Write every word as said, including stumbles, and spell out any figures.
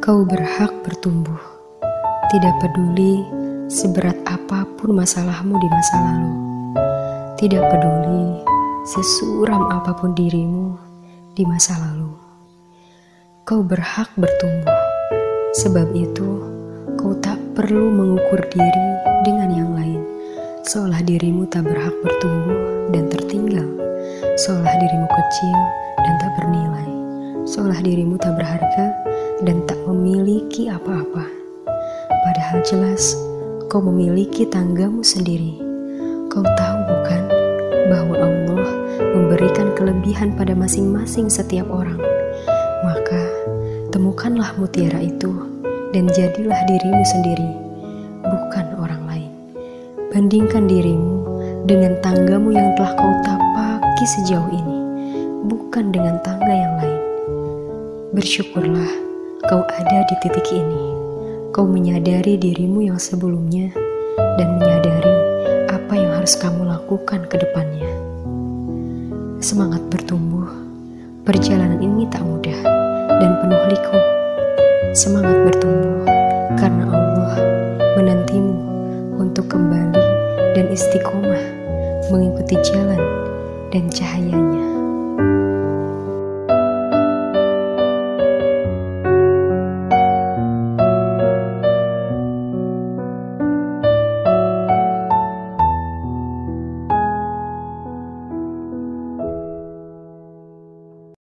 Kau berhak bertumbuh, tidak peduli seberat apapun masalahmu di masa lalu, tidak peduli sesuram apapun dirimu di masa lalu. Kau berhak bertumbuh, sebab itu kau tak perlu mengukur diri dengan yang lain, seolah dirimu tak berhak bertumbuh dan tertinggal, seolah dirimu kecil dan tak bernilai, seolah dirimu tak berharga dan tak memiliki apa-apa. Padahal jelas kau memiliki tanggamu sendiri. Kau tahu bukan bahwa Allah memberikan kelebihan pada masing-masing setiap orang. Maka temukanlah mutiara itu dan jadilah dirimu sendiri, bukan orang lain. Bandingkan dirimu dengan tanggamu yang telah kau tapaki sejauh ini, bukan dengan tangga yang lain. Bersyukurlah kau ada di titik ini. Kau menyadari dirimu yang sebelumnya dan menyadari apa yang harus kamu lakukan ke depannya. Semangat bertumbuh. Perjalanan ini tak mudah dan penuh liku. Semangat bertumbuh karena Allah menantimu untuk kembali dan istiqomah mengikuti jalan dan cahayanya.